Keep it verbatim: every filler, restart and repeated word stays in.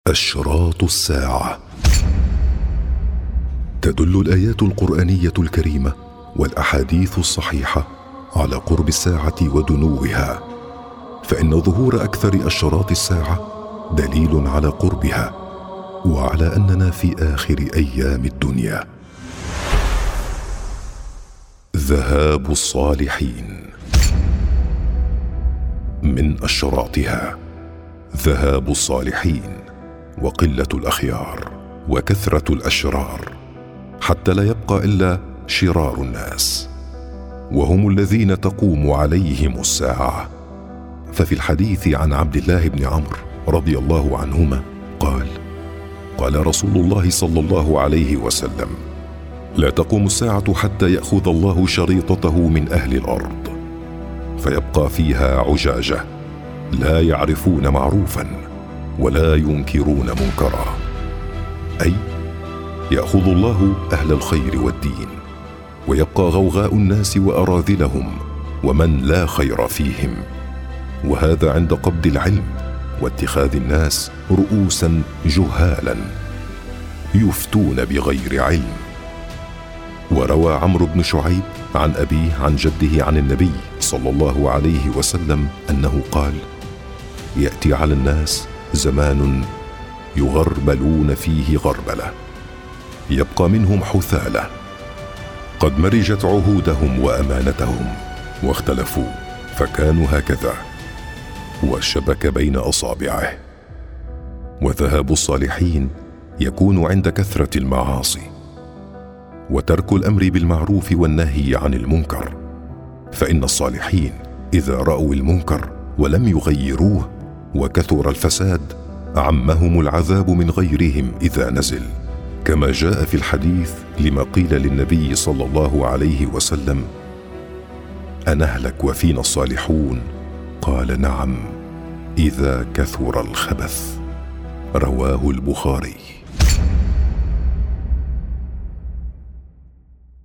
أشراط الساعة. تدل الآيات القرآنية الكريمة والأحاديث الصحيحة على قرب الساعة ودنوها، فإن ظهور أكثر أشراط الساعة دليل على قربها وعلى أننا في آخر أيام الدنيا. ذهاب الصالحين. من أشراطها ذهاب الصالحين وقلة الأخيار وكثرة الأشرار، حتى لا يبقى إلا شرار الناس، وهم الذين تقوم عليهم الساعة. ففي الحديث عن عبد الله بن عمرو رضي الله عنهما قال: قال رسول الله صلى الله عليه وسلم: لا تقوم الساعة حتى يأخذ الله شريطته من أهل الأرض، فيبقى فيها عجاجة لا يعرفون معروفا ولا ينكرون منكرا، أي يأخذ الله أهل الخير والدين، ويبقى غوغاء الناس وأراذلهم ومن لا خير فيهم، وهذا عند قبض العلم واتخاذ الناس رؤوسا جهالا يفتون بغير علم. وروى عمرو بن شعيب عن أبيه عن جده عن النبي صلى الله عليه وسلم أنه قال: يأتي على الناس زمان يغربلون فيه غربلة، يبقى منهم حثالة قد مرجت عهودهم وأمانتهم واختلفوا فكانوا هكذا، وشبك بين أصابعه. وذهاب الصالحين يكون عند كثرة المعاصي وترك الأمر بالمعروف والنهي عن المنكر، فإن الصالحين إذا رأوا المنكر ولم يغيروه وكثر الفساد عمهم العذاب من غيرهم إذا نزل، كما جاء في الحديث لما قيل للنبي صلى الله عليه وسلم: أنهلك وفينا الصالحون؟ قال: نعم، إذا كثر الخبث. رواه البخاري.